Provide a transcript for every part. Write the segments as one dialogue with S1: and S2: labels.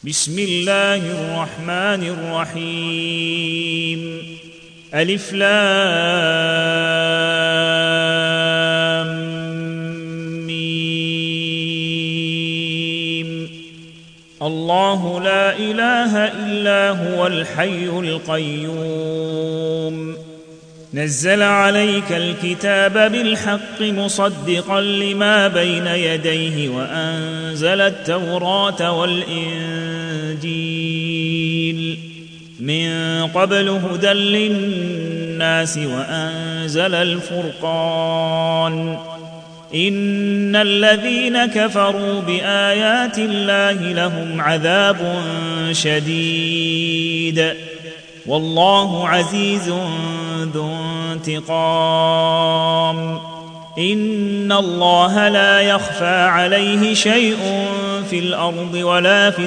S1: بسم الله الرحمن الرحيم ألف لام ميم الله لا إله إلا هو الحي القيوم نزل عليك الكتاب بالحق مصدقا لما بين يديه وأنزل التوراة والإنجيل من قبل هدى للناس وأنزل الفرقان إن الذين كفروا بآيات الله لهم عذاب شديد والله عزيز ذو انتقام إن الله لا يخفى عليه شيء في الأرض ولا في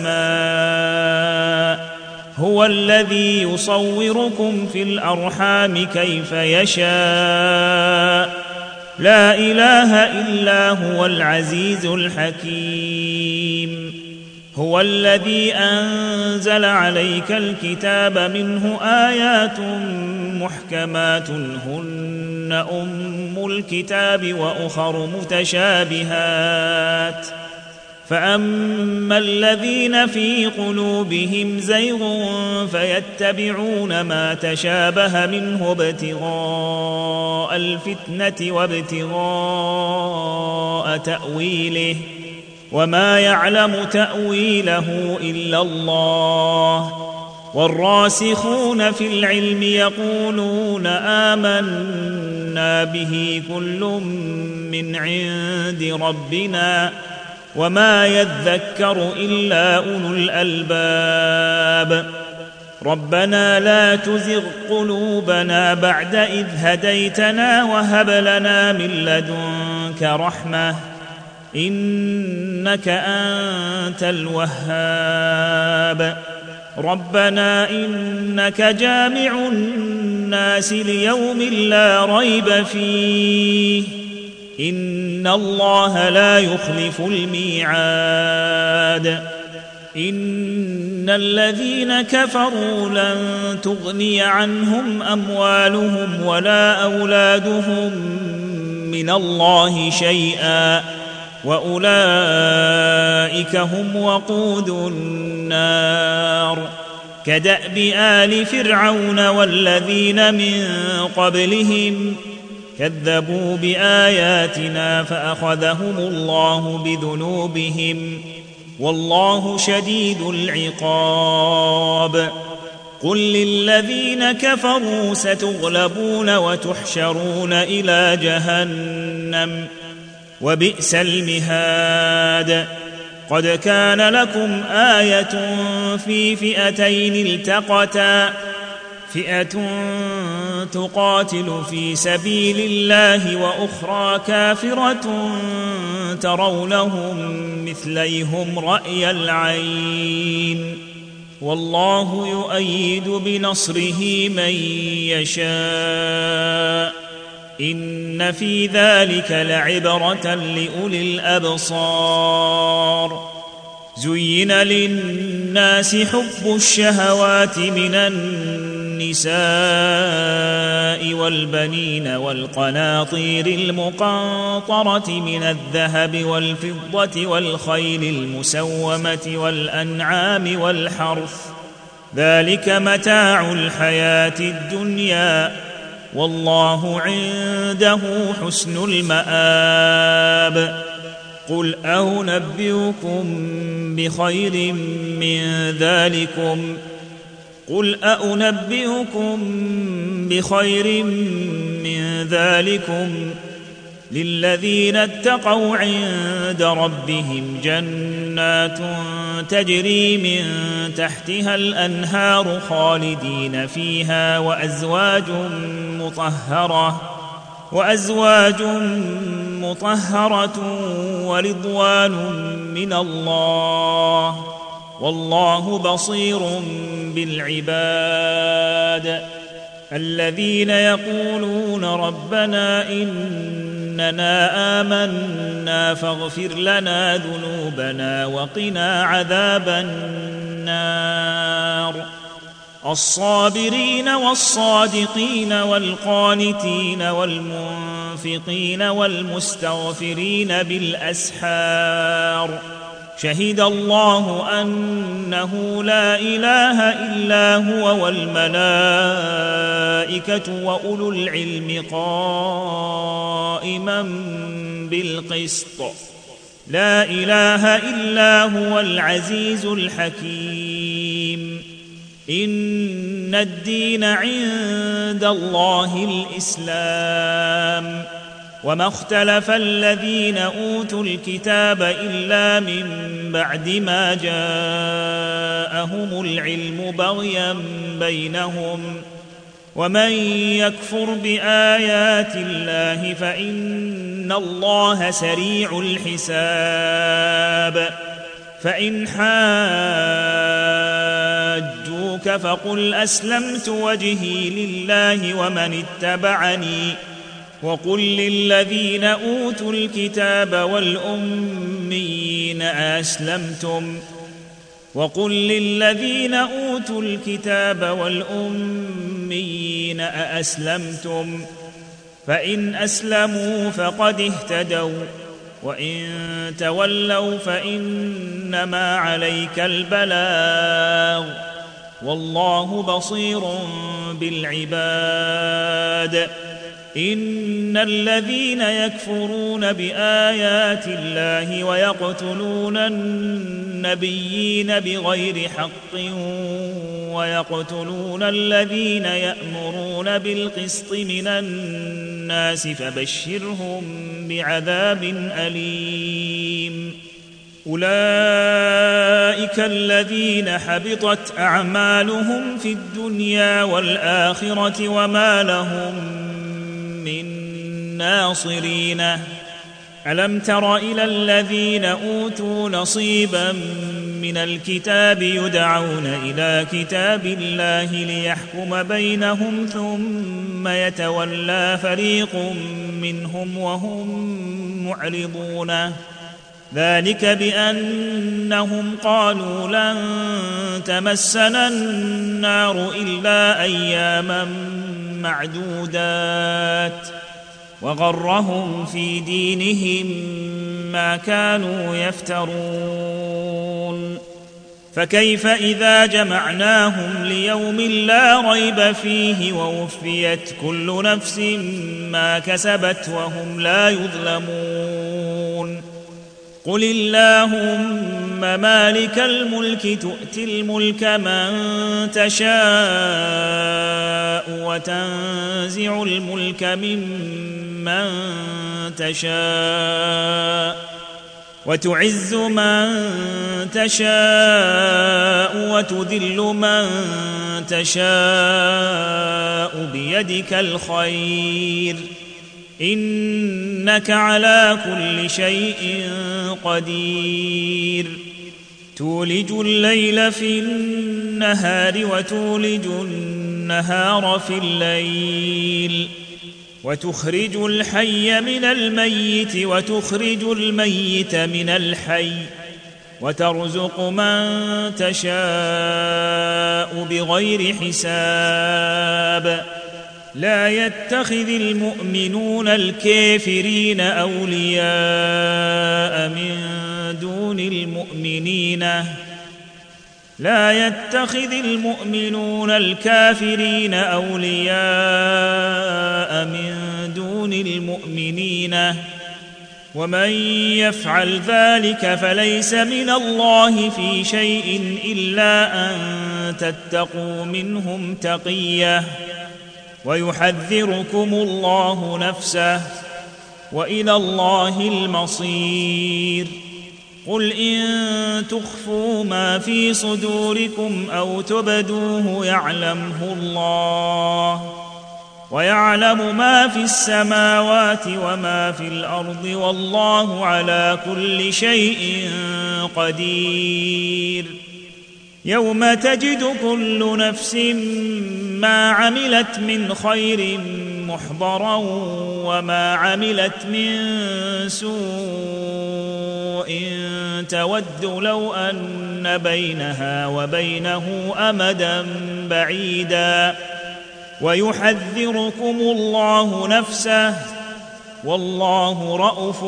S1: السماء هو الذي يصوركم في الأرحام كيف يشاء لا إله إلا هو العزيز الحكيم هو الذي أنزل عليك الكتاب منه آيات محكمات هن أم الكتاب وأخر متشابهات فأما الذين في قلوبهم زيغ فيتبعون ما تشابه منه ابتغاء الفتنة وابتغاء تأويله وما يعلم تأويله إلا الله والراسخون في العلم يقولون آمنا به كل من عند ربنا وما يذكر إلا أولو الألباب ربنا لا تزغ قلوبنا بعد إذ هديتنا وهب لنا من لدنك رحمة إنك أنت الوهاب ربنا إنك جامع الناس ليوم لا ريب فيه إن الله لا يخلف الميعاد إن الذين كفروا لن تغني عنهم أموالهم ولا أولادهم من الله شيئا وأولئك هم وقود النار كدأب آل فرعون والذين من قبلهم كذبوا بآياتنا فأخذهم الله بذنوبهم والله شديد العقاب قل للذين كفروا ستغلبون وتحشرون إلى جهنم وبئس المهاد قد كان لكم آية في فئتين التقتا فئة تقاتل في سبيل الله وأخرى كافرة ترونهم مثليهم رأي العين والله يؤيد بنصره من يشاء إن في ذلك لعبرة لأولي الأبصار زين للناس حب الشهوات من النساء والبنين والقناطير المقنطرة من الذهب والفضة والخيل المسومة والأنعام والحرث ذلك متاع الحياة الدنيا والله عنده حسن المآب قل أنبئكم بخير من ذلكم للذين اتقوا عند ربهم جنات تجري من تحتها الأنهار خالدين فيها وأزواج مطهرة ورضوان من الله والله بصير بالعباد الذين يقولون ربنا إن إننا آمنا فاغفر لنا ذنوبنا وقنا عذاب النار الصابرين والصادقين والقانتين والمنفقين والمستغفرين بالأسحار شهد الله أنه لا إله إلا هو والملائكة وأولو العلم قائما بالقسط لا إله إلا هو العزيز الحكيم إن الدين عند الله الإسلام وما اختلف الذين أوتوا الكتاب إلا من بعد ما جاءهم العلم بغيا بينهم ومن يكفر بآيات الله فإن الله سريع الحساب فإن حاجوك فقل أسلمت وجهي لله ومن اتبعني وقل للذين أوتوا الكتاب والأميين أأسلمتم فإن أسلموا فقد اهتدوا وإن تولوا فإنما عليك البلاغ والله بصير بالعباد إن الذين يكفرون بآيات الله ويقتلون النبيين بغير حق ويقتلون الذين يأمرون بالقسط من الناس فبشرهم بعذاب أليم أولئك الذين حبطت أعمالهم في الدنيا والآخرة وما لهم من ناصرين ألم تر إلى الذين أوتوا نصيبا من الكتاب يدعون إلى كتاب الله ليحكم بينهم ثم يتولى فريق منهم وهم معرضون ذلك بأنهم قالوا لن تمسنا النار إلا أياما معدودات وغرهم في دينهم ما كانوا يفترون فكيف إذا جمعناهم ليوم لا ريب فيه ووفيت كل نفس ما كسبت وهم لا يظلمون قل اللهم مالك الملك تؤتي الملك من تشاء وتنزع الملك ممن تشاء وتعز من تشاء وتذل من تشاء بيدك الخير إنك على كل شيء قدير تولج الليل في النهار وتولج النهار في الليل وتخرج الحي من الميت وتخرج الميت من الحي وترزق من تشاء بغير حساب لا يتخذ المؤمنون الكافرين أولياء من دون المؤمنين لا يتخذ المؤمنون الكافرين أولياء من دون المؤمنين ومن يفعل ذلك فليس من الله في شيء إلا أن تتقوا منهم تقية ويحذركم الله نفسه وإلى الله المصير قل إن تخفوا ما في صدوركم أو تبدوه يعلمه الله ويعلم ما في السماوات وما في الأرض والله على كل شيء قدير يوم تجد كل نفس ما عملت من خير محضرا وما عملت من سوء تود لو أن بينها وبينه أمدا بعيدا ويحذركم الله نفسه والله رءوف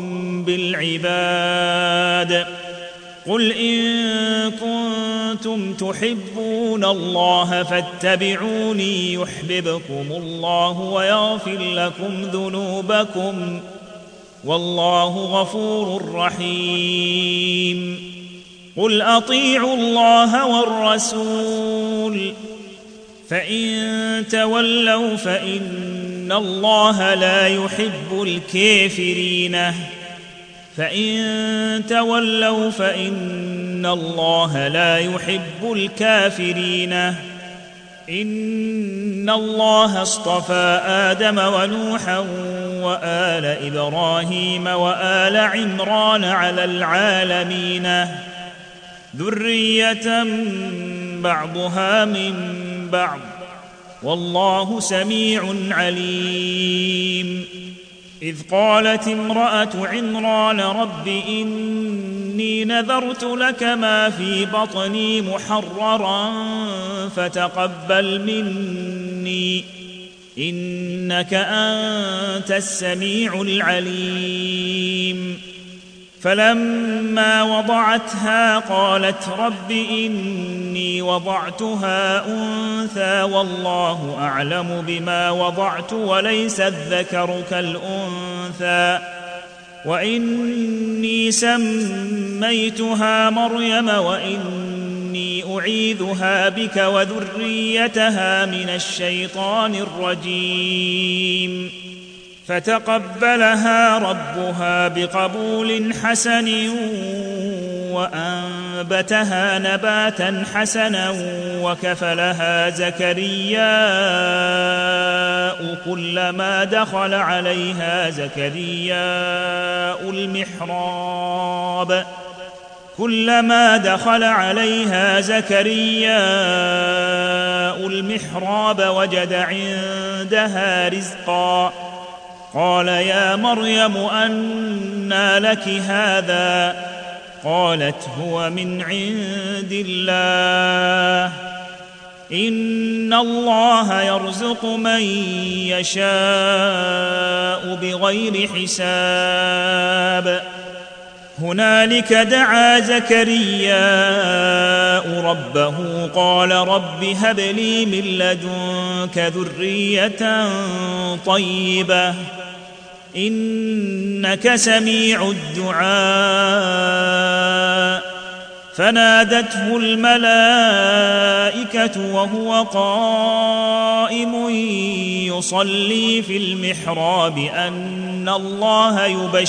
S1: بالعباد قل إن كنتم تحبون الله فاتبعوني يحببكم الله ويغفر لكم ذنوبكم والله غفور رحيم قل أطيعوا الله والرسول فإن تولوا فإن الله لا يحب الكافرين إن الله اصطفى آدم ونوحا وآل إبراهيم وآل عمران على العالمين ذرية بعضها من بعض والله سميع عليم إذ قالت امرأة عمران رب إني نذرت لك ما في بطني محررا فتقبل مني إنك أنت السميع العليم فلما وضعتها قالت رب إني وضعتها أنثى والله أعلم بما وضعت وليس الذكر كالأنثى وإني سميتها مريم وإني أعيذها بك وذريتها من الشيطان الرجيم فتقبلها ربها بقبول حسن وأنبتها نباتا حسنا وكفلها زكرياء كلما دخل عليها زكرياء المحراب وجد عندها رزقا قال يا مريم أنى لك هذا قالت هو من عند الله إن الله يرزق من يشاء بغير حساب هنالك دعا زكرياء ربه قال رب هب لي من لدنك ذرية طيبة إنك سميع الدعاء فنادته الملائكة وهو قائم يصلي في المحراب أن الله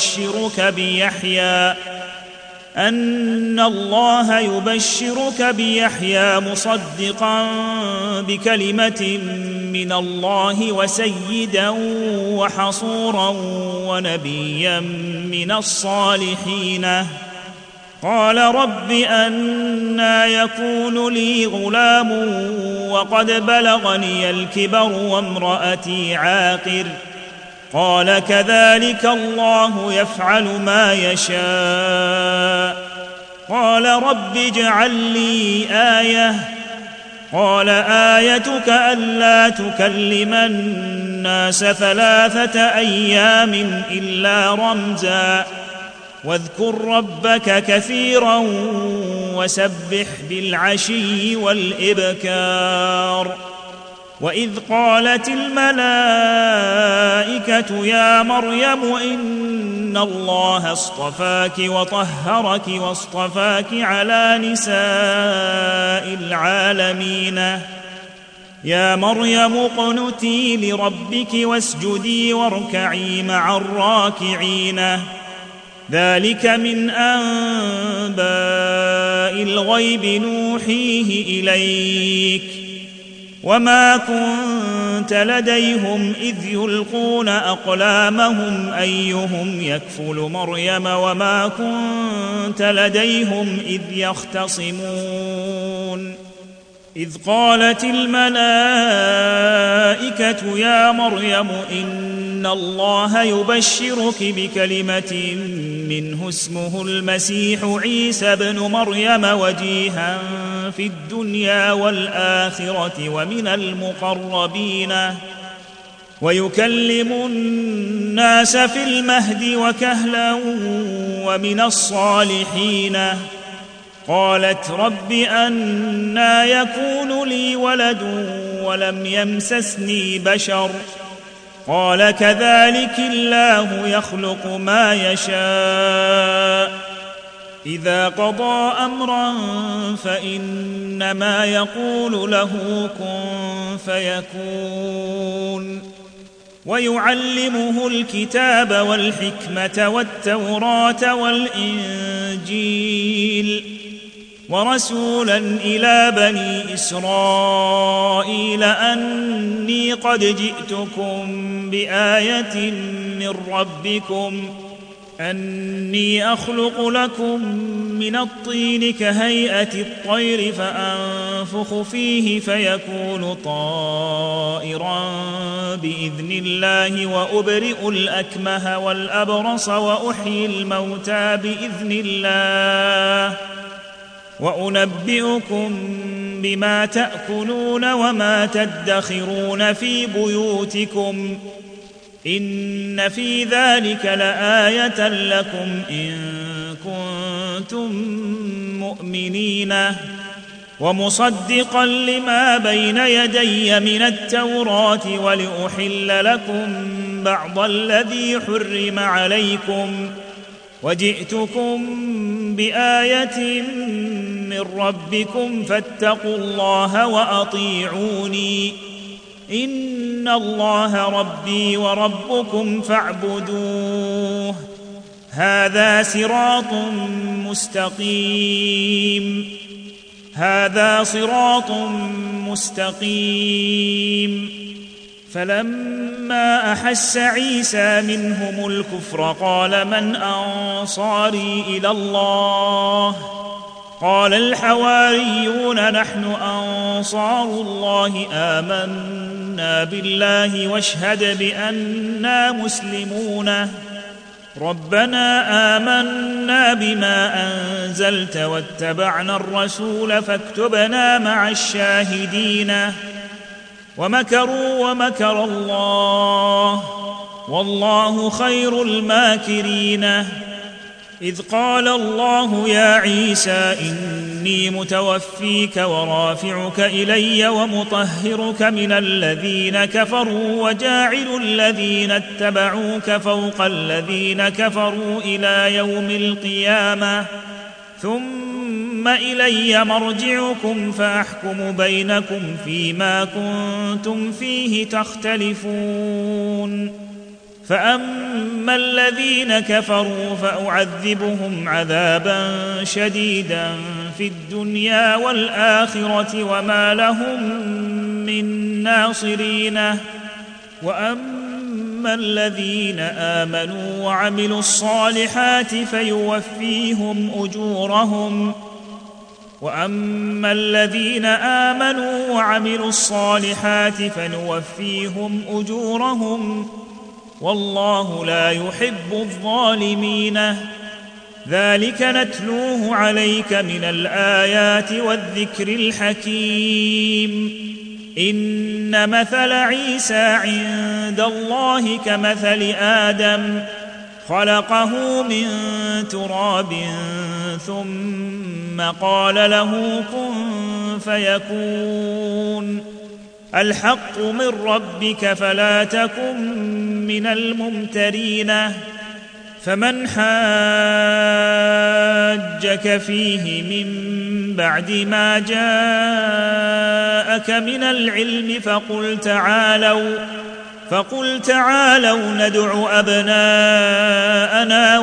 S1: يبشرك بيحيى مصدقا بكلمة من الله وسيدا وحصورا ونبيا من الصالحين قال رب أنى يكون لي غلام وقد بلغني الكبر وامرأتي عاقر قال كذلك الله يفعل ما يشاء قال رب اجعل لي آية قال آيتك ألا تكلم الناس 3 أيام إلا رمزا واذكر ربك كثيرا وسبح بالعشي والإبكار وإذ قالت الملائكة يا مريم إن الله اصطفاك وطهرك واصطفاك على نساء العالمين يا مريم اقنتي لربك واسجدي واركعي مع الراكعين ذلك من أنباء الغيب نوحيه إليك وما كنت لديهم إذ يلقون أقلامهم أيهم يكفل مريم وما كنت لديهم إذ يختصمون إذ قالت الملائكة يا مريم إن الله يبشرك بكلمة منه اسمه المسيح عيسى بن مريم وجيها في الدنيا والآخرة ومن المقربين ويكلم الناس في المهد وكهلا ومن الصالحين. قالت رب أنى يكون لي ولد ولم يمسسني بشر قال كذلك الله يخلق ما يشاء إذا قضى أمرا فإنما يقول له كن فيكون. ويعلمه الكتاب والحكمة والتوراة والإنجيل ورسولا إلى بني إسرائيل أني قد جئتكم بآية من ربكم أني أخلق لكم من الطين كهيئة الطير فأنفخ فيه فيكون طائرا بإذن الله وأبرئ الأكمه والأبرص وأحيي الموتى بإذن الله وأنبئكم بما تأكلون وما تدخرون في بيوتكم إن في ذلك لآية لكم إن كنتم مؤمنين ومصدقا لما بين يدي من التوراة ولأحل لكم بعض الذي حرم عليكم وجئتكم بآية من ربكم فاتقوا الله وأطيعوني إن الله ربي وربكم فاعبدوه هذا صراط مستقيم. فلما أحس عيسى منهم الكفر قال من أنصاري إلى الله قال الحواريون نحن أنصار الله آمنا بالله واشهد بأننا مسلمون ربنا آمنا بما أنزلت واتبعنا الرسول فاكتبنا مع الشاهدين ومكروا ومكر الله والله خير الماكرين. إذ قال الله يا عيسى إني متوفيك ورافعك إلي ومطهرك من الذين كفروا وجاعل الذين اتبعوك فوق الذين كفروا إلى يوم القيامة ثم إلي مرجعكم فأحكم بينكم فيما كنتم فيه تختلفون. فأما الذين كفروا فأعذبهم عذابا شديدا في الدنيا والآخرة وما لهم من ناصرين. وأما الذين آمنوا وعملوا الصالحات فيوفيهم أجورهم والله لا يحب الظالمين. ذلك نتلوه عليك من الآيات والذكر الحكيم. إن مثل عيسى عند الله كمثل آدم خلقه من تراب ثم قال له كن فيكون. الحق من ربك فلا تكن من الممترين. فمن حاجك فيه من بعد ما جاءك من العلم فقل تعالوا ندع أبناءنا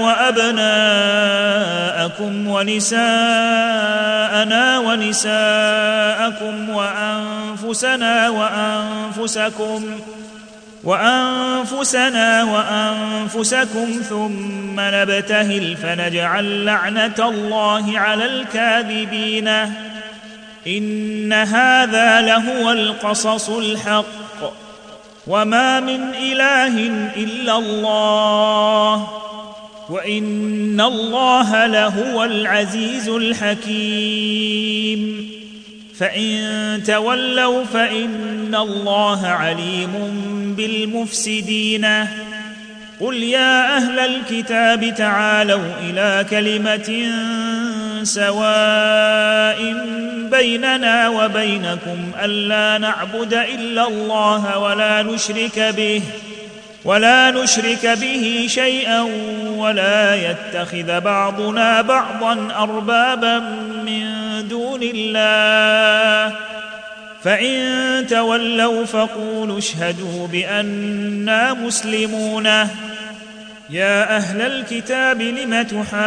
S1: وأبناءكم ونساءنا ونساءكم وأنفسنا وأنفسكم ثم نبتهل فنجعل لعنة الله على الكاذبين. إن هذا لهو القصص الحق وما من إله إلا الله وإن الله لهو العزيز الحكيم فإن تولوا فإن الله عليم بالمفسدين قل يا أهل الكتاب تعالوا إلى كلمة سواء بيننا وبينكم ألا نعبد إلا الله ولا نشرك به شيئا ولا يتخذ بعضنا بعضا أربابا من دون الله فإن تولوا فقولوا اشهدوا بأننا مسلمون يا أهل الكتاب لم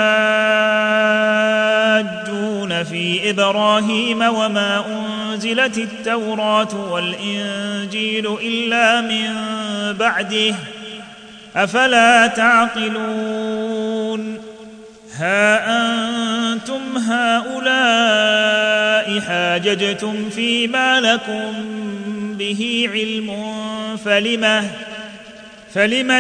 S1: تحاجون في إبراهيم وما أنزلت التوراة والإنجيل إلا من بعده أفلا تعقلون ها أنتم هؤلاء حاججتم فيما لكم به علم فلم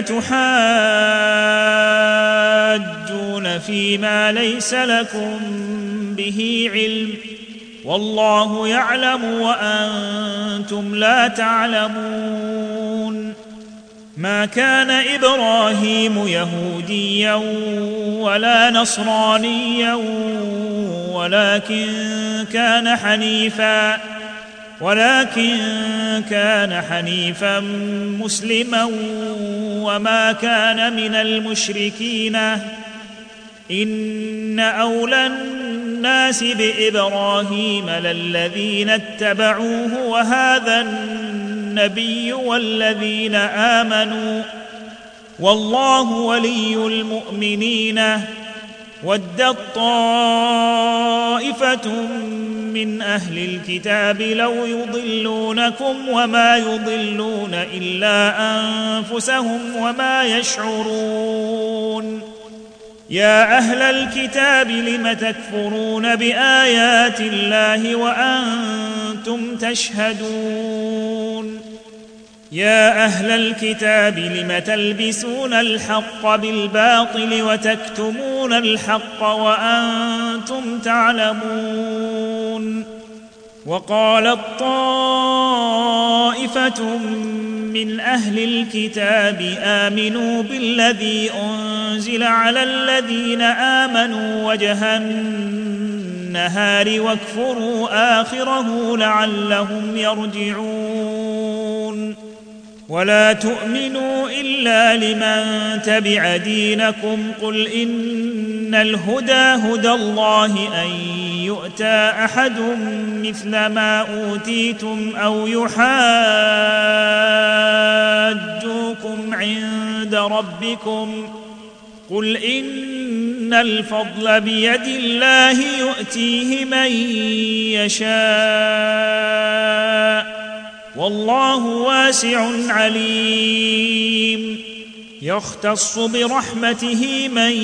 S1: تحاجون فيما ليس لكم به علم والله يعلم وأنتم لا تعلمون ما كان إبراهيم يهوديا ولا نصرانيا ولكن كان حنيفا مسلما وما كان من المشركين إن أولى الناس بإبراهيم للذين اتبعوه وهذا النبي والذين آمنوا والله ولي المؤمنين ودت طائفة من أهل الكتاب لو يضلونكم وما يضلون إلا أنفسهم وما يشعرون يا أهل الكتاب لم تكفرون بآيات الله وأنتم تشهدون يا أهل الكتاب لم تلبسون الحق بالباطل وتكتمون الحق وأنتم تعلمون وقالت طائفة من أهل الكتاب آمنوا بالذي أنزل على الذين آمنوا وجه النهار واكفروا آخره لعلهم يرجعون ولا تؤمنوا إلا لمن تبع دينكم قل إن الهدى هدى الله أن يؤتى أحد مثل ما أوتيتم أو يحاجوكم عند ربكم قل إن الفضل بيد الله يؤتيه من يشاء والله واسع عليم يختص برحمته من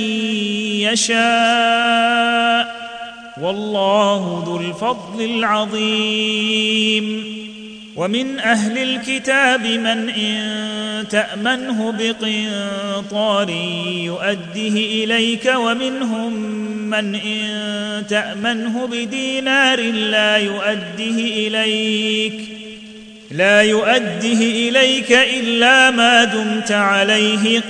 S1: يشاء والله ذو الفضل العظيم ومن أهل الكتاب من إن تأمنه بقنطار يؤده إليك ومنهم من إن تأمنه بدينار لا يؤده إليك إلا ما دمت عليه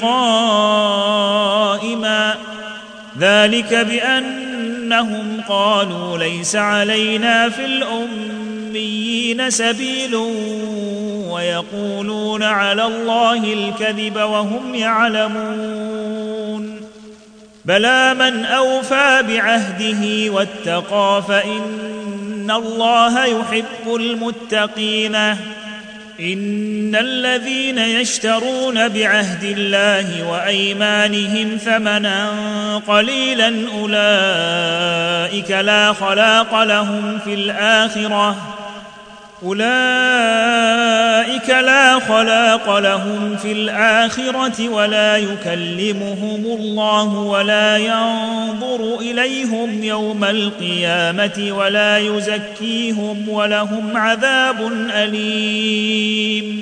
S1: قائما ذلك بأنهم قالوا ليس علينا في الأميين سبيل ويقولون على الله الكذب وهم يعلمون بلى من أوفى بعهده واتقى فإن الله يحب المتقين إن الذين يشترون بعهد الله وأيمانهم ثمنا قليلا أولئك لا خلاق لهم في الآخرة أولئك لا خلاق لهم في الآخرة ولا يكلمهم الله ولا ينظر إليهم يوم القيامة ولا يزكيهم ولهم عذاب أليم.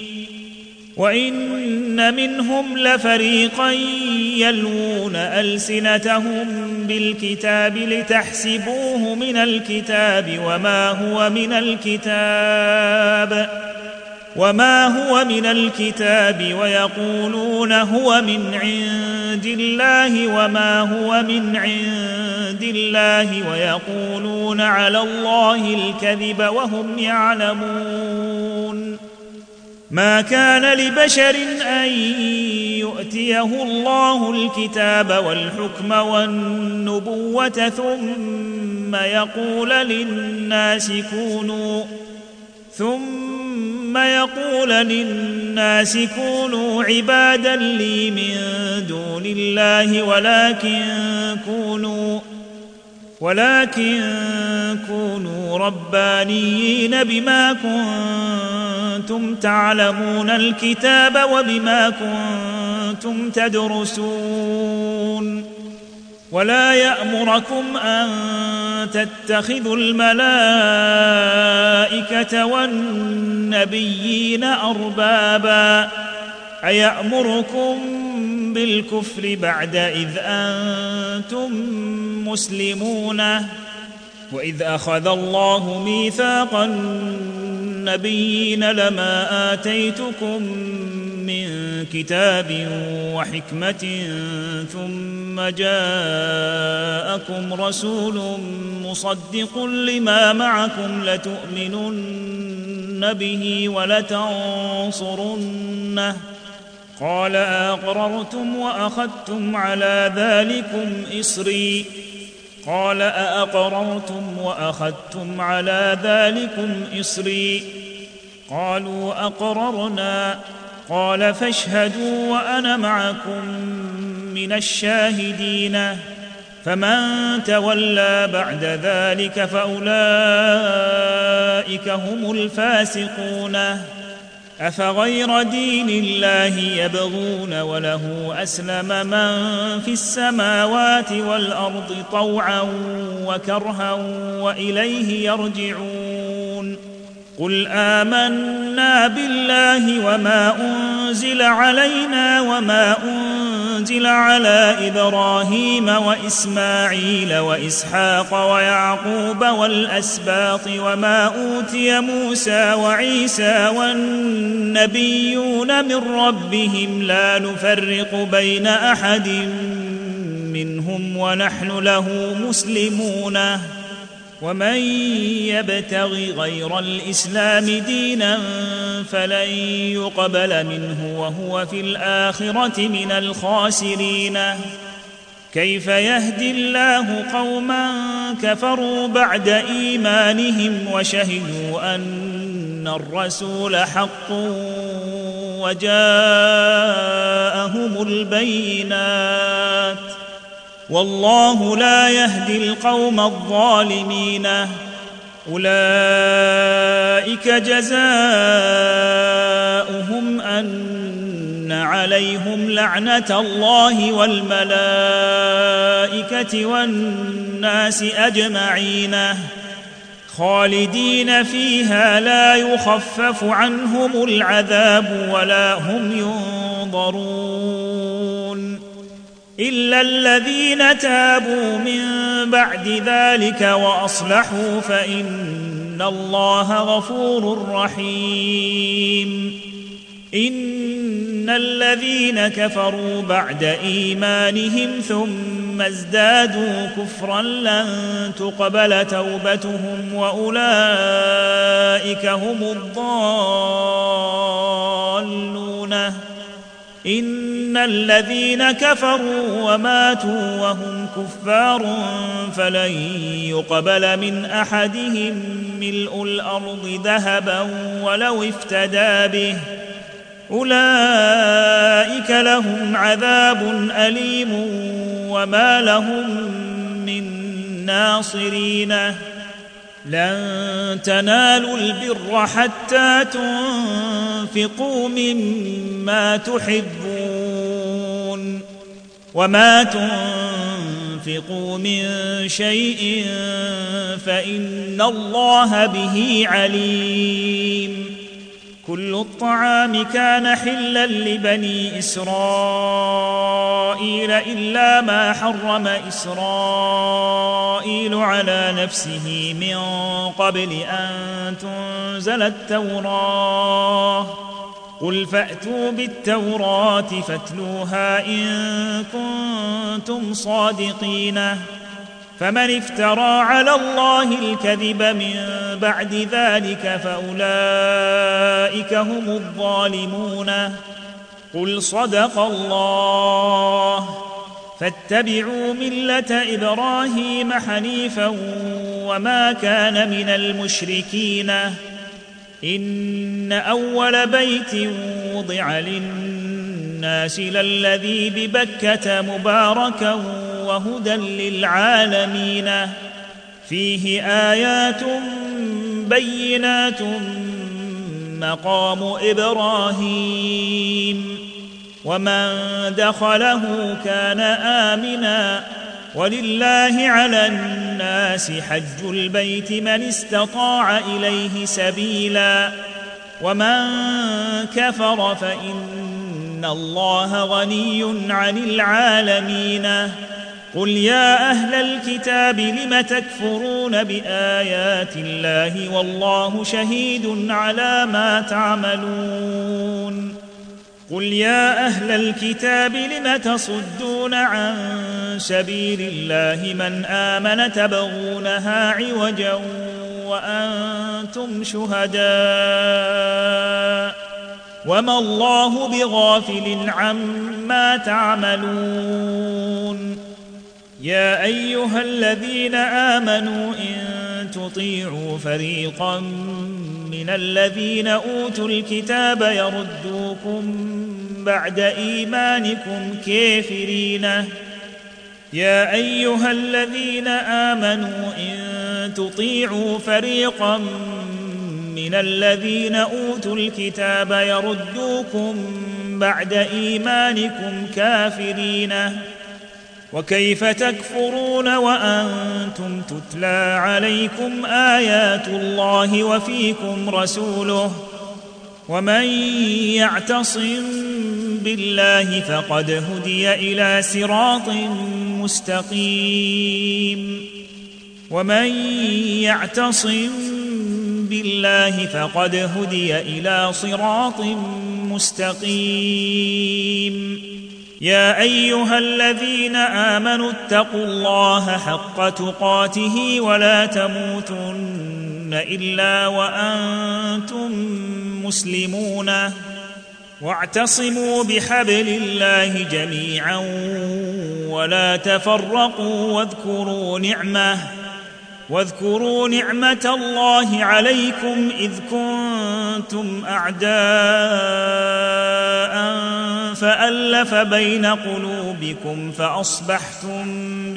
S1: وإن منهم لفريقا يلوون ألسنتهم بالكتاب لتحسبوه من الكتاب وما هو من الكتاب ويقولون هو من عند الله وما هو من عند الله ويقولون على الله الكذب وهم يعلمون. ما كان لبشر أن يؤتيه الله الكتاب والحكم والنبوة ثم يقول للناس كونوا عبادا لي من دون الله ولكن كونوا ربانيين بما كنتم تعلمون الكتاب وبما كنتم تدرسون. ولا يأمركم أن تتخذوا الملائكة والنبيين أربابا أيأمركم بالكفر بعد إذ أنتم مسلمون. وإذ أخذ الله ميثاق النبيين لما آتيتكم من كتاب وحكمة ثم جاءكم رسول مصدق لما معكم لتؤمنن به ولتنصرنه قال أأقررتم وأخذتم على ذلكم إصري قال أأقررتم وأخذتم على ذلكم إصري قالوا أقررنا قال فاشهدوا وأنا معكم من الشاهدين. فمن تولى بعد ذلك فأولئك هم الفاسقون. أفغير دين الله يبغون وله أسلم من في السماوات والأرض طوعا وكرها وإليه يرجعون. قل آمنا بالله وما أنزل علينا وما أنزل على إبراهيم وإسماعيل وإسحاق ويعقوب والأسباط وما أوتي موسى وعيسى والنبيون من ربهم لا نفرق بين أحد منهم ونحن له مسلمون. ومن يبتغ غير الإسلام دينا فلن يقبل منه وهو في الآخرة من الخاسرين. كيف يهدي الله قوما كفروا بعد إيمانهم وشهدوا أن الرسول حق وجاءهم البينات والله لا يهدي القوم الظالمين. أولئك جزاؤهم أن عليهم لعنة الله والملائكة والناس أجمعين خالدين فيها لا يخفف عنهم العذاب ولا هم ينظرون إلا الذين تابوا من بعد ذلك وأصلحوا فإن الله غفور رحيم. إن الذين كفروا بعد إيمانهم ثم ازدادوا كفرا لن تقبل توبتهم وأولئك هم الضالون. إن الذين كفروا وماتوا وهم كفار فلن يقبل من أحدهم ملء الأرض ذهبا ولو افتدى به أولئك لهم عذاب أليم وما لهم من ناصرين. لن تنالوا البر حتى تنفقوا مما تحبون وما تنفقوا من شيء فإن الله به عليم. كل الطعام كان حلا لبني إسرائيل إلا ما حرم إسرائيل على نفسه من قبل أن تنزل التوراة. قل فأتوا بالتوراة فاتلوها إن كنتم صادقين. فمن افترى على الله الكذب من بعد ذلك فأولئك هم الظالمون. قل صدق الله. فاتبعوا ملة إبراهيم حنيفا وما كان من المشركين. إن أول بيت وضع للناس للذي ببكة مباركا وهدى للعالمين. فيه آيات بينات مقام إبراهيم ومن دخله كان آمنا. ولله على الناس حج البيت من استطاع إليه سبيلا ومن كفر فإن الله غني عن العالمين. قل يا أهل الكتاب لم تكفرون بآيات الله والله شهيد على ما تعملون. قل يا أهل الكتاب لم تصدون عن سبيل الله من آمن تبغونها عوجا وأنتم شهداء وما الله بغافل عما تعملون. يا أيها الذين آمنوا إن تطيعوا فريقا من الذين أوتوا الكتاب يردوكم بعد إيمانكم كافرين. يا أيها الذين آمنوا إن تطيعوا فريقا من الذين أوتوا الكتاب يردوكم بعد إيمانكم كافرين. وكيف تكفرون وأنتم تتلى عليكم آيات الله وفيكم رسوله. ومن يعتصم بالله فقد هدي إلى صراط مستقيم. ومن يعتصم بالله فقد هدي إلى صراط مستقيم. يا أيها الذين آمنوا اتقوا الله حق تقاته ولا تموتن إلا وأنتم مسلمون. واعتصموا بحبل الله جميعا ولا تفرقوا واذكروا نعمة الله عليكم إذ كنتم أعداء فألف بين قلوبكم فأصبحتم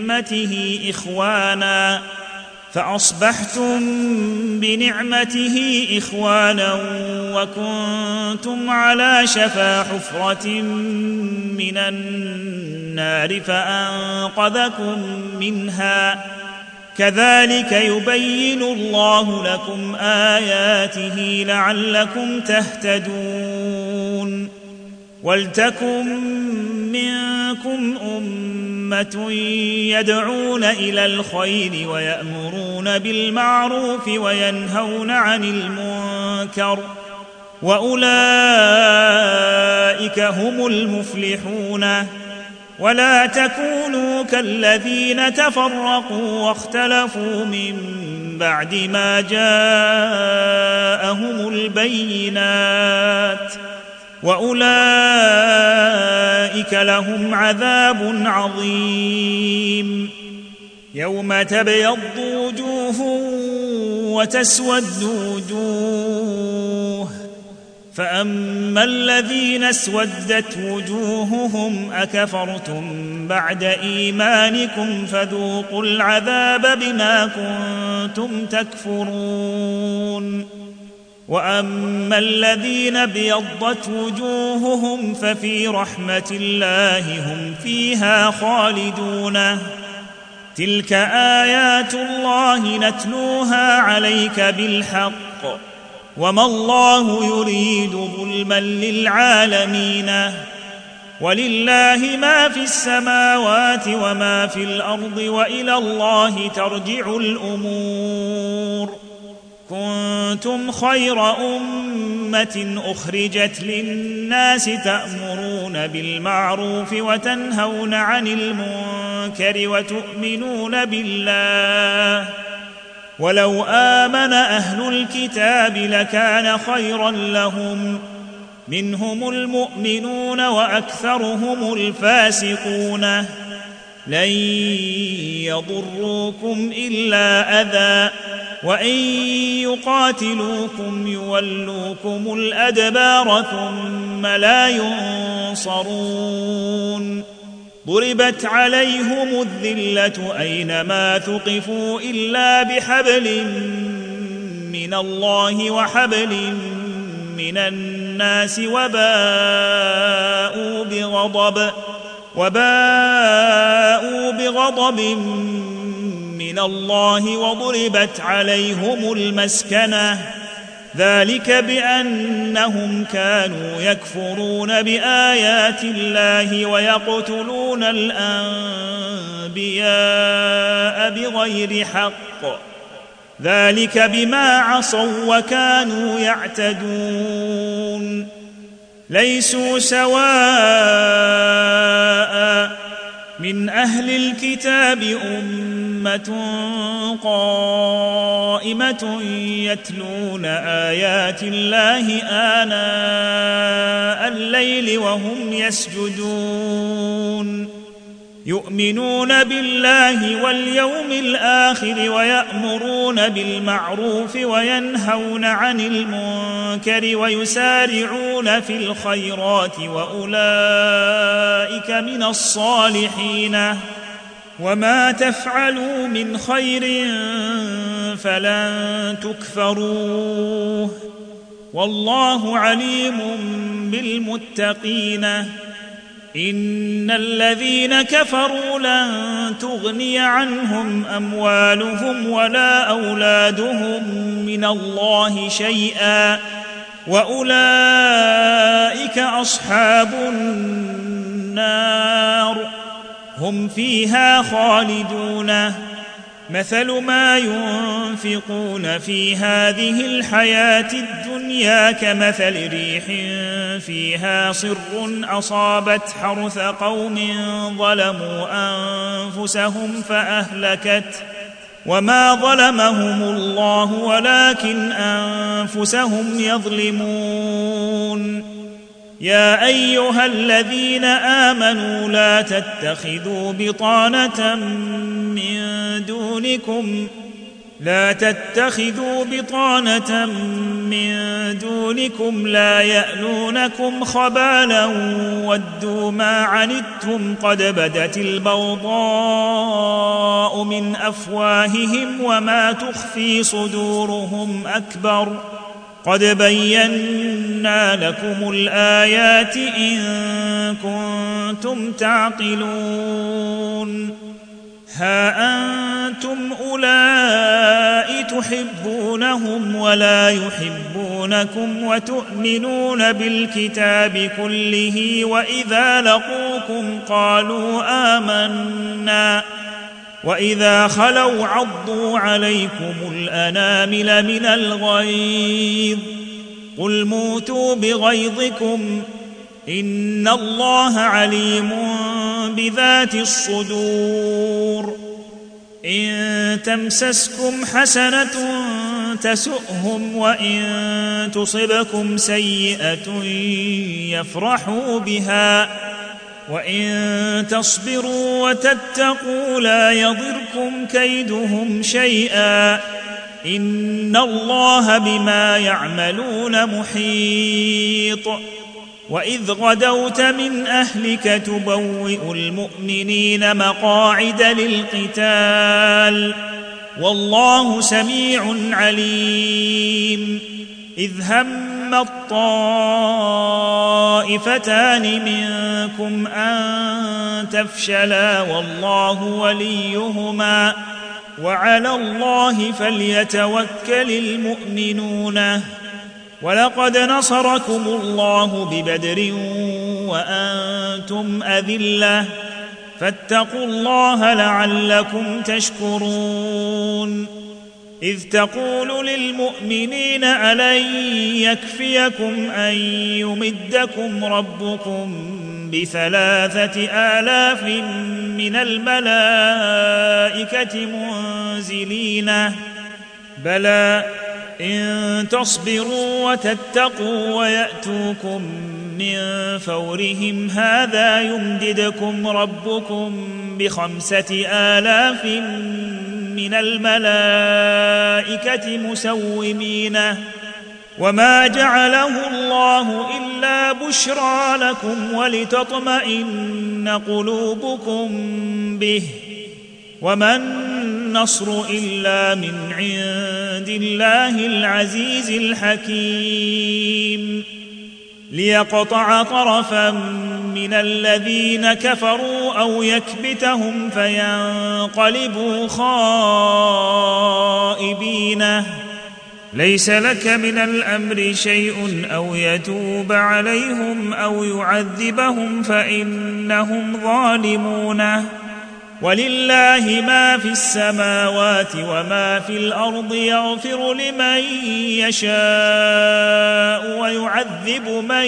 S1: بنعمته إخوانا وكنتم على شفا حفرة من النار فأنقذكم منها. كذلك يبين الله لكم آياته لعلكم تهتدون. ولتكن منكم أمة يدعون إلى الخير ويأمرون بالمعروف وينهون عن المنكر وأولئك هم المفلحون. ولا تكونوا كالذين تفرقوا واختلفوا من بعد ما جاءهم البينات وأولئك لهم عذاب عظيم. يوم تبيض وجوه وتسود وجوه فأما الذين اسودت وجوههم أكفرتم بعد إيمانكم فذوقوا العذاب بما كنتم تكفرون. وأما الذين ابيضت وجوههم ففي رحمة الله هم فيها خالدون. تلك آيات الله نتلوها عليك بالحق وما الله يريد ظلما للعالمين. ولله ما في السماوات وما في الأرض وإلى الله ترجع الأمور. كنتم خير أمة أخرجت للناس تأمرون بالمعروف وتنهون عن المنكر وتؤمنون بالله. ولو آمن أهل الكتاب لكان خيرا لهم منهم المؤمنون وأكثرهم الفاسقون. لن يضروكم إلا أذى وإن يقاتلوكم يولوكم الأدبار ثم لا ينصرون. ضربت عليهم الذلة أينما ثقفوا إلا بحبل من الله وحبل من الناس وباءوا بغضب من الله وضربت عليهم المسكنة. ذلك بأنهم كانوا يكفرون بآيات الله ويقتلون الأنبياء بغير حق. ذلك بما عصوا وكانوا يعتدون. ليسوا سواء من أهل الكتاب أمة قائمة يتلون آيات الله آناء الليل وهم يسجدون. يؤمنون بالله واليوم الآخر ويأمرون بالمعروف وينهون عن المنكر ويسارعون في الخيرات وأولئك من الصالحين. وما تفعلوا من خير فلن تكفروه والله عليم بالمتقين. إن الذين كفروا لن تغني عنهم أموالهم ولا أولادهم من الله شيئا وأولئك أصحاب النار هم فيها خالدون. مثل ما ينفقون في هذه الحياة الدنيا كمثل ريح فيها صر أصابت حرث قوم ظلموا أنفسهم فأهلكت وما ظلمهم الله ولكن أنفسهم يظلمون. يا أيها الذين آمنوا لا تتخذوا بطانة من دونكم لا يألونكم خبالا ودوا ما عنتم قد بدت البغضاء من أفواههم وما تخفي صدورهم أكبر قد بينا لكم الآيات إن كنتم تعقلون. ها أنتم أولئك تحبونهم ولا يحبونكم وتؤمنون بالكتاب كله وإذا لقوكم قالوا آمنا وإذا خلوا عضوا عليكم الأنامل من الغيظ قل موتوا بغيظكم إن الله عليم بذات الصدور. إن تمسسكم حسنة تسؤهم وإن تصبكم سيئة يفرحوا بها وإن تصبروا وتتقوا لا يضركم كيدهم شيئا إن الله بما يعملون محيط وإذ غدوت من أهلك تبوئ المؤمنين مقاعد للقتال والله سميع عليم إذ هم الطائفتان منكم أن تفشلا والله وليهما وعلى الله فليتوكل المؤمنون ولقد نصركم الله ببدر وأنتم أذلة فاتقوا الله لعلكم تشكرون إذ تقول للمؤمنين ألن يكفيكم أن يمدكم ربكم ب3,000 من الملائكة منزلين بلى إن تصبروا وتتقوا ويأتوكم من فورهم هذا يمددكم ربكم ب5,000 من الملائكة مسومين وما جعله الله إلا بشرى لكم ولتطمئن قلوبكم به وما النصر إلا من عند الله العزيز الحكيم ليقطع طرفا من الذين كفروا أو يكبتهم فينقلبوا خائبين ليس لك من الأمر شيء أو يتوب عليهم أو يعذبهم فإنهم ظالمون ولله ما في السماوات وما في الأرض يغفر لمن يشاء ويعذب من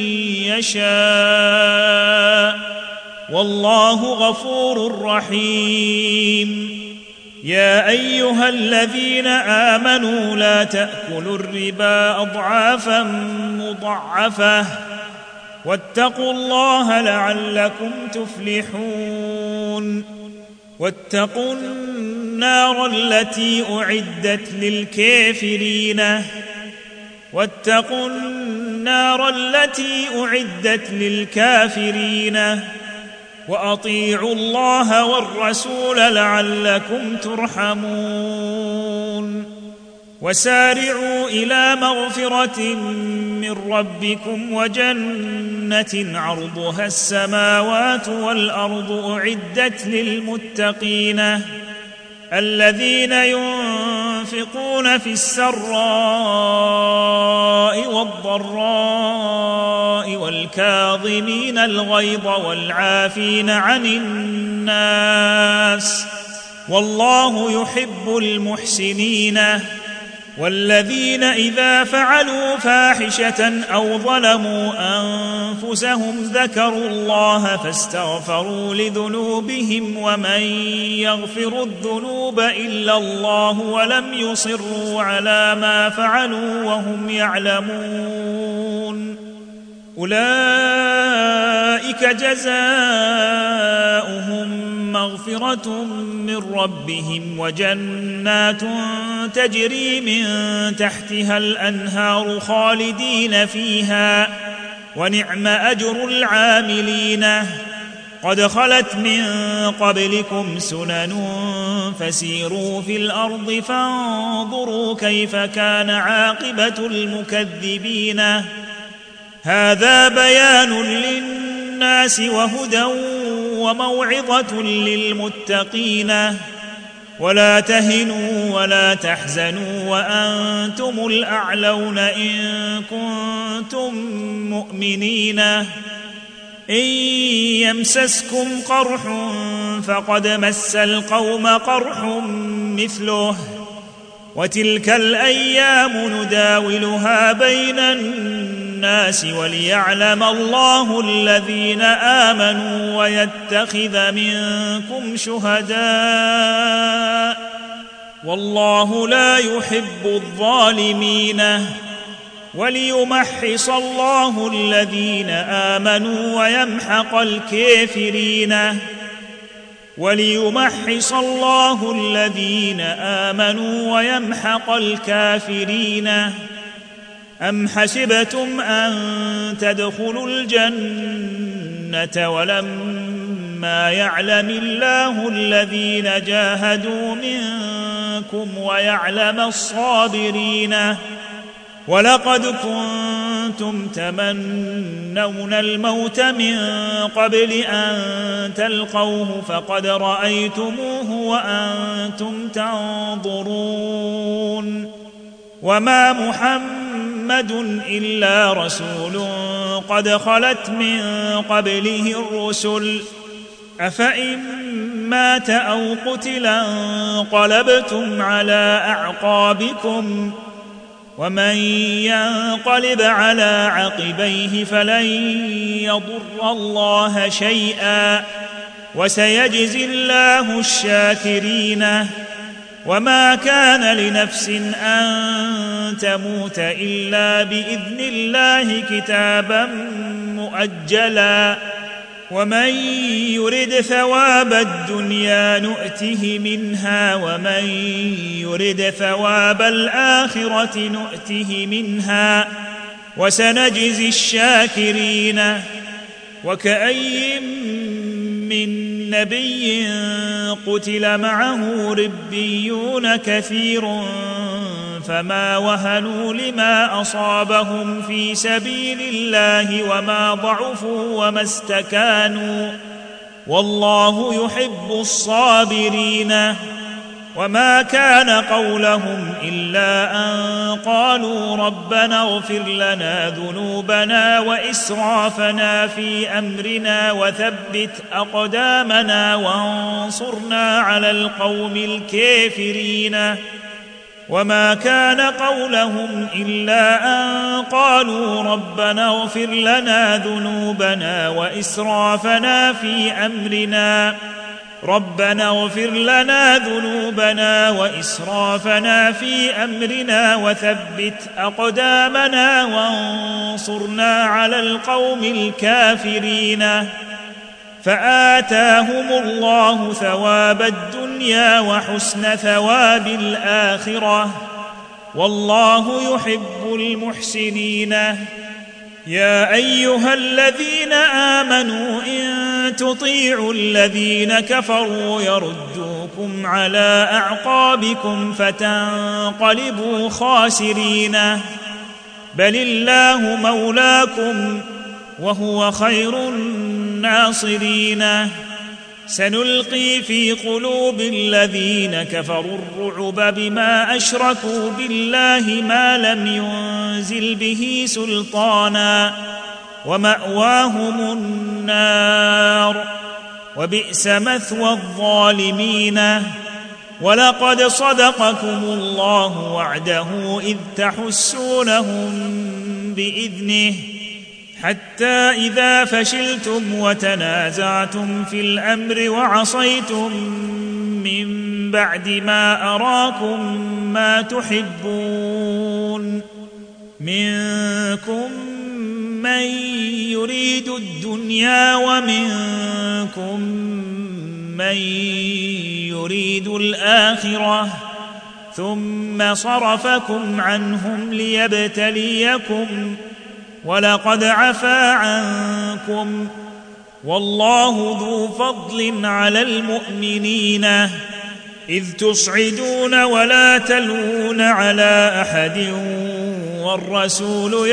S1: يشاء والله غفور رحيم يا أيها الذين آمنوا لا تأكلوا الربا أضعافا مضاعفة واتقوا الله لعلكم تفلحون واتقوا النار التي أعدت للكافرين وأطيعوا الله والرسول لعلكم ترحمون وسارعوا إلى مغفرة من ربكم وجنة عرضها السماوات والأرض أعدت للمتقين الذين ينفقون في السراء والضراء والكاظمين الغيظ والعافين عن الناس والله يحب المحسنين والذين إذا فعلوا فاحشة أو ظلموا أنفسهم ذكروا الله فاستغفروا لذنوبهم ومن يغفر الذنوب إلا الله ولم يصروا على ما فعلوا وهم يعلمون أولئك جزاؤهم مغفرة من ربهم وجنات تجري من تحتها الأنهار خالدين فيها ونعم أجر العاملين قد خلت من قبلكم سنن فسيروا في الأرض فانظروا كيف كان عاقبة المكذبين هذا بيان للناس وهدى وموعظة للمتقين ولا تهنوا ولا تحزنوا وأنتم الأعلون إن كنتم مؤمنين إن يمسسكم قرح فقد مس القوم قرح مثله وتلك الأيام نداولها بين الناس وليعلم الله الذين آمنوا ويتخذ منكم شهداء والله لا يحب الظالمين وليمحص الله الذين آمنوا ويمحق الكافرين وليمحص الله الذين آمنوا ويمحق الكافرين. أم حسبتم أن تدخلوا الجنة ولما يعلم الله الذين جاهدوا منكم ويعلم الصابرين؟ ولقد كنتم تمنون الموت من قبل أن تلقوه فقد رأيتموه وأنتم تنظرون. وما محمد إلا رسول قد خلت من قبله الرسل، أفإن مات أو قتلا انقلبتم على أعقابكم، ومن ينقلب على عقبيه فلن يضر الله شيئا وسيجزي الله الشاكرين. وما كان لنفس أن تموت إلا بإذن الله كتابا مؤجلا، ومن يرد ثواب الدنيا نؤته منها ومن يرد ثواب الآخرة نؤته منها وسنجزي الشاكرين. وكأي من نبي قتل معه ربيون كثير فما وهنوا لما أصابهم في سبيل الله وما ضعفوا وما استكانوا، والله يحب الصابرين. وما كان قولهم إلا أن قالوا ربنا اغفر لنا ذنوبنا وإسرافنا في أمرنا وثبت أقدامنا وانصرنا على القوم الكافرين. وما كان قولهم إلا أن قالوا ربنا اغفر لنا ذنوبنا وإسرافنا في أمرنا وثبت أقدامنا وانصرنا على القوم الكافرين. فآتاهم الله ثواب الدنيا وحسن ثواب الآخرة، والله يحب المحسنين. يا أيها الذين آمنوا إن تطيعوا الذين كفروا يردوكم على أعقابكم فتنقلبوا خاسرين، بل الله مولاكم وهو خير الناصرين. سنلقي في قلوب الذين كفروا الرعب بما أشركوا بالله ما لم ينزل به سلطانا ومأواهم النار وبئس مثوى الظالمين. ولقد صدقكم الله وعده إذ تحسونهم بإذنه حتى إذا فشلتم وتنازعتم في الأمر وعصيتم من بعد ما أراكم ما تحبون، منكم من يريد الدنيا ومنكم من يريد الآخرة، ثم صرفكم عنهم ليبتليكم، ولقد عفا عنكم، والله ذو فضل على المؤمنين. إذ تصعدون ولا تلوون على أحد والرسول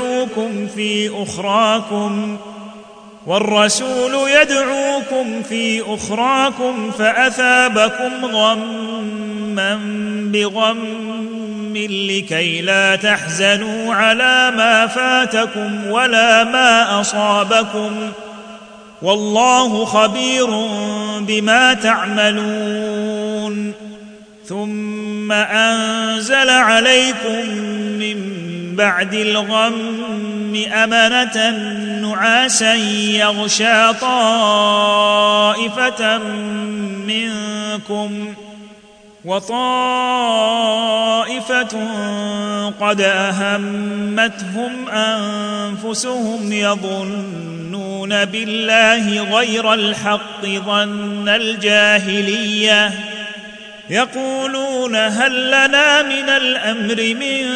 S1: يدعوكم في أخراكم فأثابكم غما بغم لكي لا تحزنوا على ما فاتكم ولا ما أصابكم، والله خبير بما تعملون. ثم أنزل عليكم من بعد الغم أمنة نعاسا يغشى طائفة منكم وطائفة قد أهمتهم أنفسهم يظنون بالله غير الحق ظن الجاهلية يقولون هل لنا من الأمر من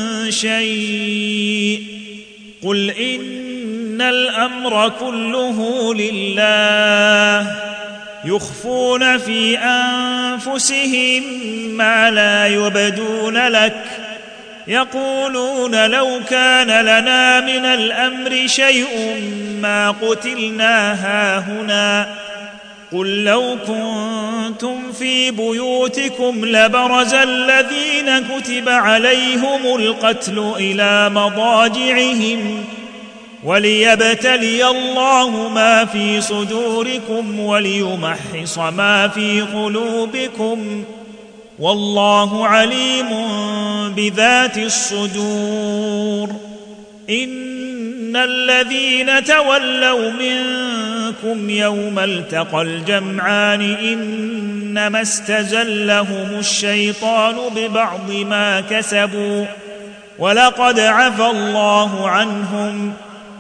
S1: شيء قل إن الأمر كله لله يخفون في أنفسهم ما لا يبدون لك يقولون لو كان لنا من الأمر شيء ما قتلنا هاهنا قل لو كنتم في بيوتكم لبرز الذين كتب عليهم القتل إلى مضاجعهم وليبتلي الله ما في صدوركم وليمحص ما في قلوبكم والله عليم بذات الصدور إن الذين تولوا منكم يوم التقى الجمعان إنما استزلهم الشيطان ببعض ما كسبوا ولقد عفى الله عنهم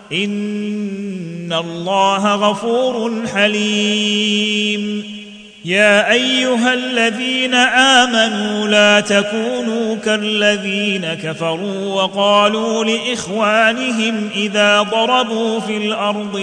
S1: إن الله غفور حليم يا أيها الذين آمنوا لا تكونوا كالذين كفروا وقالوا لإخوانهم إذا ضربوا في الأرض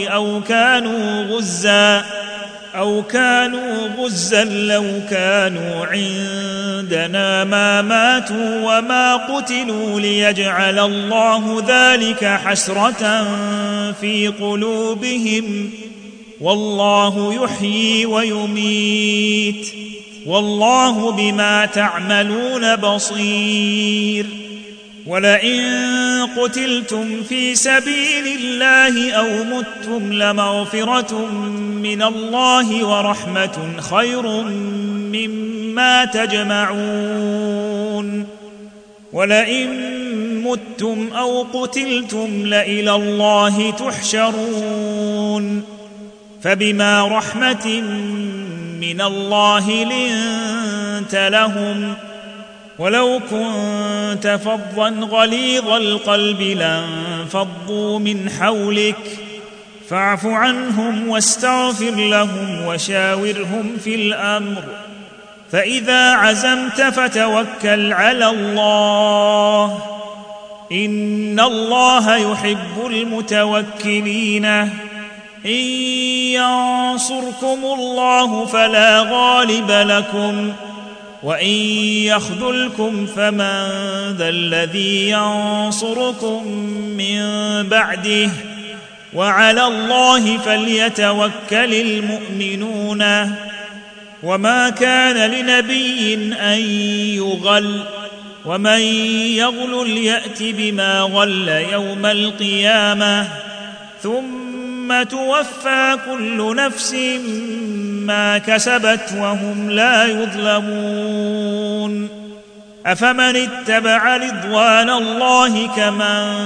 S1: أو كانوا غزا لو كانوا عندنا ما ماتوا وما قتلوا ليجعل الله ذلك حسرة في قلوبهم والله يحيي ويميت والله بما تعملون بصير ولئن قتلتم في سبيل الله أو متم لمغفرة من الله ورحمة خير مما تجمعون ولئن متم أو قتلتم لإلى الله تحشرون فبما رحمة من الله لنت لهم ولو كنت فظا غليظ القلب لانفضوا من حولك فاعف عنهم واستغفر لهم وشاورهم في الأمر فإذا عزمت فتوكل على الله إن الله يحب المتوكلين إن ينصركم الله فلا غالب لكم وإن يخذلكم فمن ذا الذي ينصركم من بعده وعلى الله فليتوكل المؤمنون وما كان لنبي أن يغل ومن يغلل يأت بما غل يوم القيامة ثم توفى كل نفس ما كسبت وهم لا يظلمون أفمن اتبع رضوان الله كمن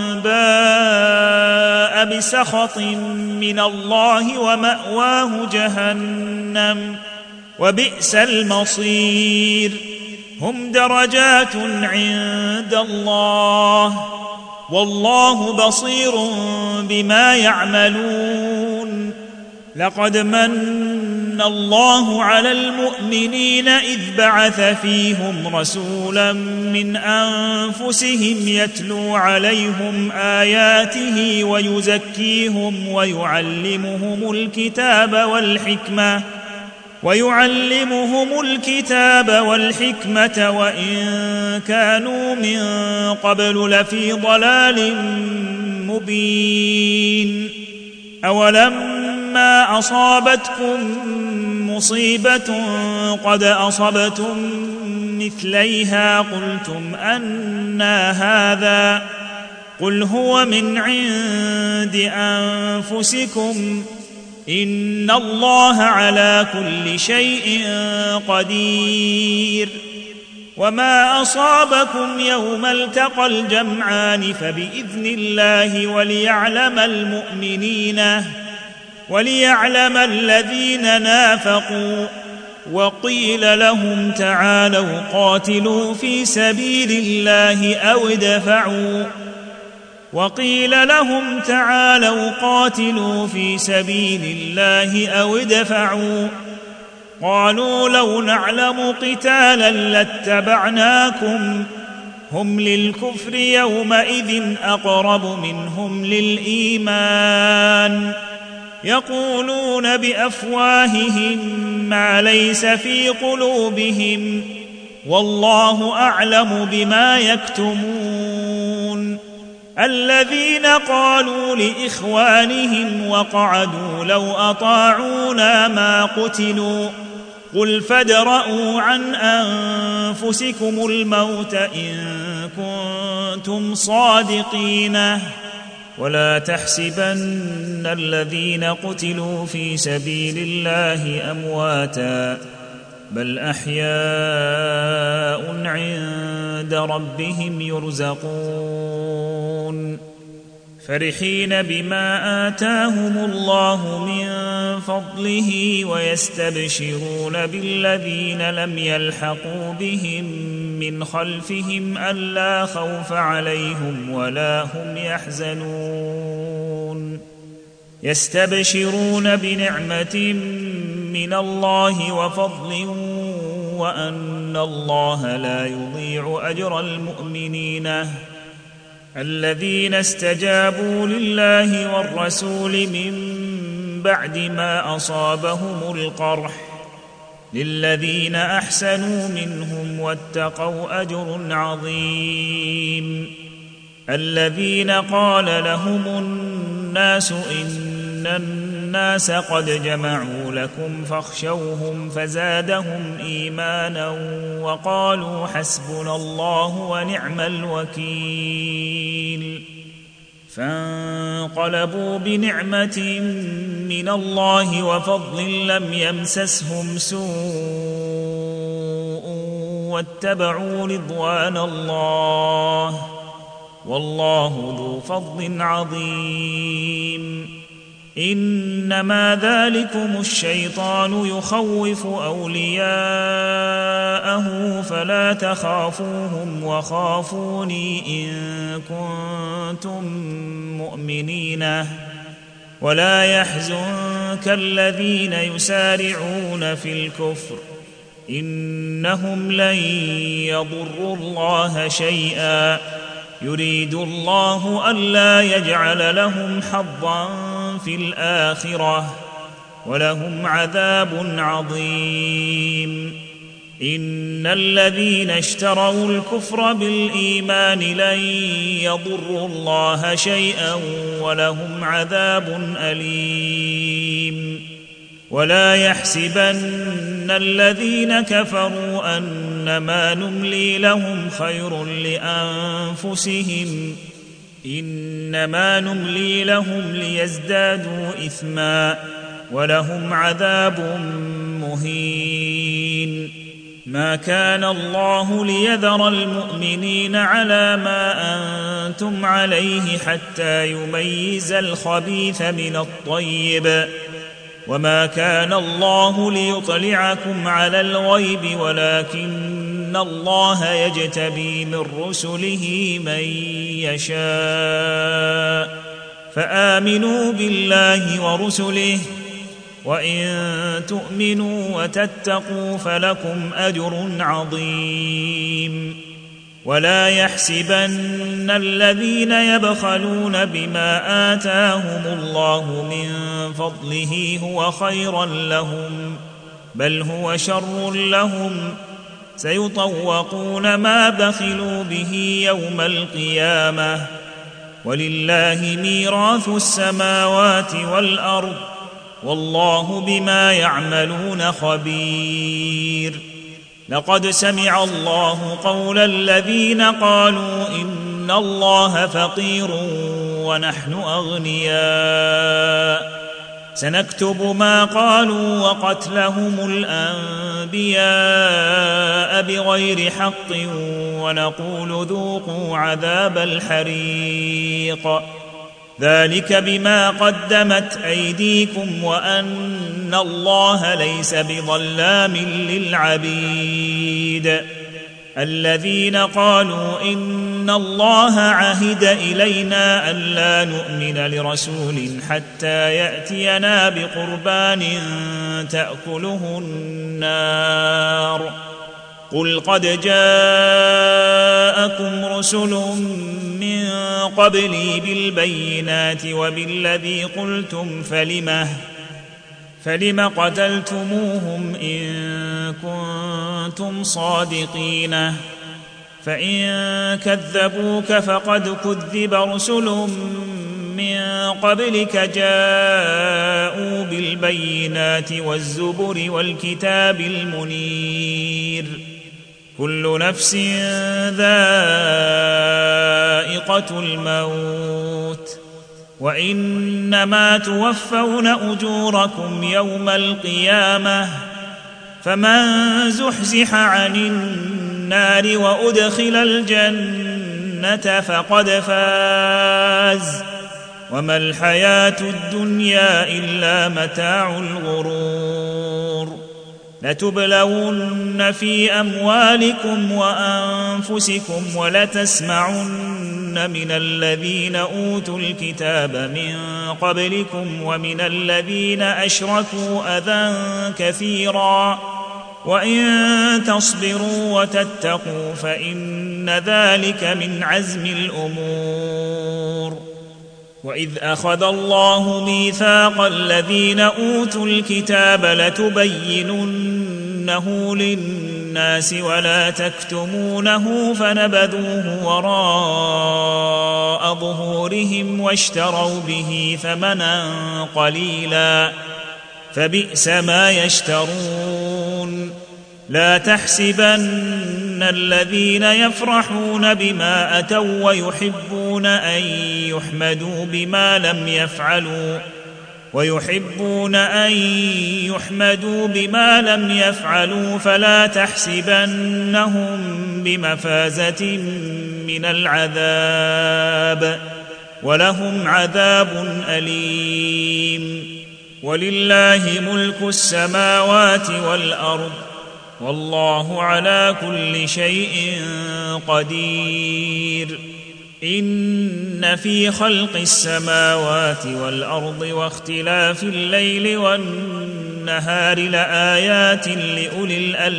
S1: باء بسخط من الله ومأواه جهنم وبئس المصير هم درجات عند الله والله بصير بما يعملون لقد من الله على المؤمنين إذ بعث فيهم رسولا من أنفسهم يتلو عليهم آياته ويزكيهم ويعلمهم الكتاب والحكمة وإن كانوا من قبل لفي ضلال مبين أولما أصابتكم مصيبة قد أصبتم مثليها قلتم أنى هذا قل هو من عند أنفسكم إن الله على كل شيء قدير وما أصابكم يوم التقى الجمعان فبإذن الله وليعلم الذين نافقوا وقيل لهم تعالوا قاتلوا في سبيل الله أو ادفعوا قالوا لو نعلم قتالا لاتبعناكم هم للكفر يومئذ أقرب منهم للإيمان يقولون بأفواههم ما ليس في قلوبهم والله أعلم بما يكتمون الذين قالوا لإخوانهم وقعدوا لو أطاعونا ما قتلوا قل فادرءوا عن أنفسكم الموت إن كنتم صادقين ولا تحسبن الذين قتلوا في سبيل الله أمواتا بل أحياء عند ربهم يرزقون فرحين بما آتاهم الله من فضله ويستبشرون بالذين لم يلحقوا بهم من خلفهم ألا خوف عليهم ولا هم يحزنون يستبشرون بنعمة من الله وفضل وأن الله لا يضيع أجر المؤمنين الذين استجابوا لله والرسول من بعد ما أصابهم القرح للذين أحسنوا منهم واتقوا أجر عظيم الذين قال لهم الناس إن الناس قد جمعوا لكم فاخشوهم فزادهم إيمانا وقالوا حسبنا الله ونعم الوكيل فانقلبوا بنعمة من الله وفضل لم يمسسهم سوء واتبعوا رضوان الله والله ذو فضل عظيم إنما ذلكم الشيطان يخوف أولياءه فلا تخافوهم وخافوني إن كنتم مؤمنين ولا يحزنك الذين يسارعون في الكفر إنهم لن يضروا الله شيئا يريد الله ألا يجعل لهم حظا في الآخرة ولهم عذاب عظيم إن الذين اشتروا الكفر بالإيمان لن يضروا الله شيئا ولهم عذاب أليم ولا يحسبن الذين كفروا أنما نملي لهم خير لأنفسهم إنما نملي لهم ليزدادوا إثما ولهم عذاب مهين ما كان الله ليذر المؤمنين على ما أنتم عليه حتى يميز الخبيث من الطيب وما كان الله ليطلعكم على الغيب ولكن الله يجتبي من رسله من يشاء فآمنوا بالله ورسله وإن تؤمنوا وتتقوا فلكم أجر عظيم ولا يحسبن الذين يبخلون بما آتاهم الله من فضله هو خيرا لهم بل هو شر لهم سيطوقون ما بخلوا به يوم القيامة ولله ميراث السماوات والأرض والله بما يعملون خبير لقد سمع الله قول الذين قالوا إن الله فقير ونحن أغنياء سنكتب ما قالوا وقتلهم الأنبياء بغير حق ونقول ذوقوا عذاب الحريق ذلك بما قدمت أيديكم وأن الله ليس بظلام للعبيد. الذين قالوا إن الله عهد إلينا ألا نؤمن لرسول حتى يأتينا بقربان تأكله النار قل قد جاءكم رسل من قبلي بالبينات وبالذي قلتم فلم قتلتموهم إن كنتم صادقين فإن كذبوك فقد كذب رسل من قبلك جاءوا بالبينات والزبر والكتاب المنير كل نفس ذائقة الموت وإنما توفون أجوركم يوم القيامة فمن زحزح عن النار وأدخل الجنة فقد فاز وما الحياة الدنيا إلا متاع الغرور لتبلون في أموالكم وأنفسكم ولتسمعن من الذين أوتوا الكتاب من قبلكم ومن الذين أشركوا أذى كثيرا وإن تصبروا وتتقوا فإن ذلك من عزم الأمور وإذ أخذ الله ميثاق الذين أوتوا الكتاب لتبيننه للناس ولا تكتمونه فنبذوه وراء ظهورهم واشتروا به ثمنا قليلا فبئس ما يشترون لا تحسبن الذين يفرحون بما أتوا ويحبون أن يحمدوا بما لم يفعلوا فلا تحسبنهم بمفازة من العذاب ولهم عذاب أليم ولله ملك السماوات والأرض والله على كل شيء قدير إن في خلق السماوات والأرض واختلاف الليل والنهار لآيات لأولي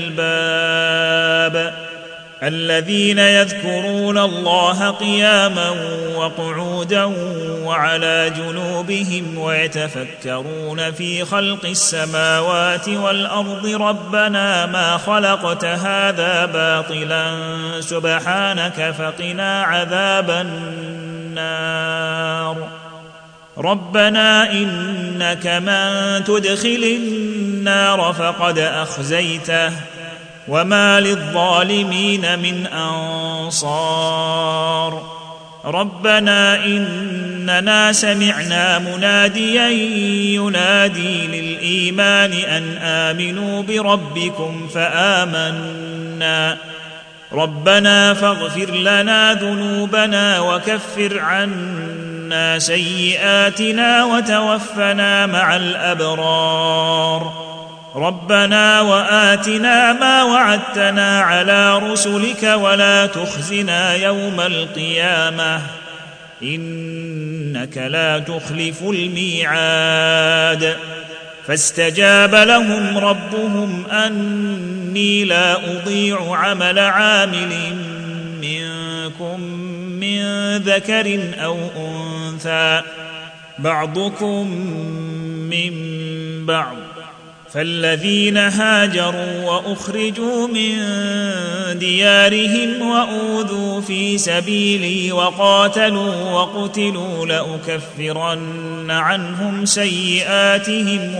S1: الألباب الذين يذكرون الله قياما وقعودا وعلى جنوبهم ويتفكرون في خلق السماوات والأرض ربنا ما خلقت هذا باطلا سبحانك فقنا عذاب النار ربنا إنك من تدخل النار فقد أخزيته وما للظالمين من أنصار ربنا إننا سمعنا مناديا ينادي للإيمان أن آمنوا بربكم فآمنا ربنا فاغفر لنا ذنوبنا وكفر عنا سيئاتنا وتوفنا مع الأبرار ربنا وآتنا ما وعدتنا على رسلك ولا تخزنا يوم القيامة إنك لا تخلف الميعاد فاستجاب لهم ربهم أني لا أضيع عمل عامل منكم من ذكر أو أنثى بعضكم من بعض فالذين هاجروا وأخرجوا من ديارهم وأوذوا في سبيلي وقاتلوا وقتلوا لأكفرن عنهم سيئاتهم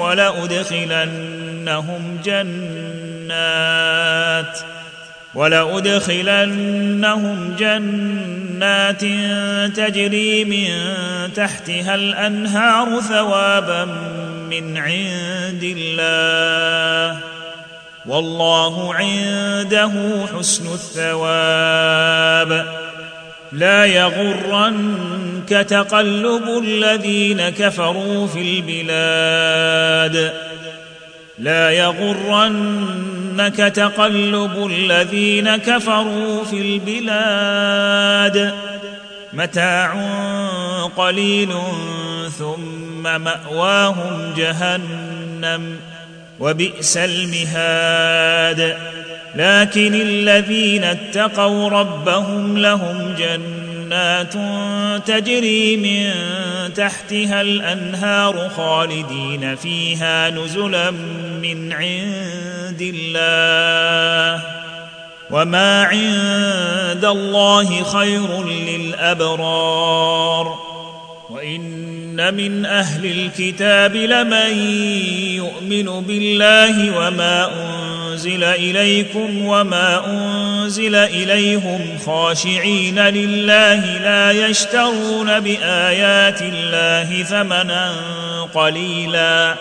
S1: ولأدخلنهم جنات تجري من تحتها الأنهار ثوابا من عند الله والله عنده حسن الثواب لا يغرنك تقلب الذين كفروا في البلاد لا يغرنك تقلب الذين كفروا في البلاد متاع قليل ثم مأواهم جهنم وبئس المهاد لكن الذين اتقوا ربهم لهم جنات تجري من تحتها الأنهار خالدين فيها نزلا من عند الله وما عند الله خير للأبرار وإن من أهل الكتاب لمن يؤمن بالله وما أنزل إليكم وما أنزل إليهم خاشعين لله لا يشترون بآيات الله ثمنا قليلا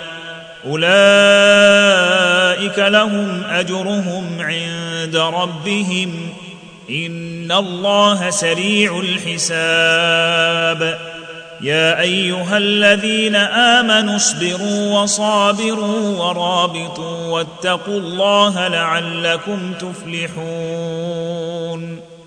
S1: أولئك لهم أجرهم عند ربهم إن الله سريع الحساب يا أيها الذين آمنوا اصبروا وصابروا ورابطوا واتقوا الله لعلكم تفلحون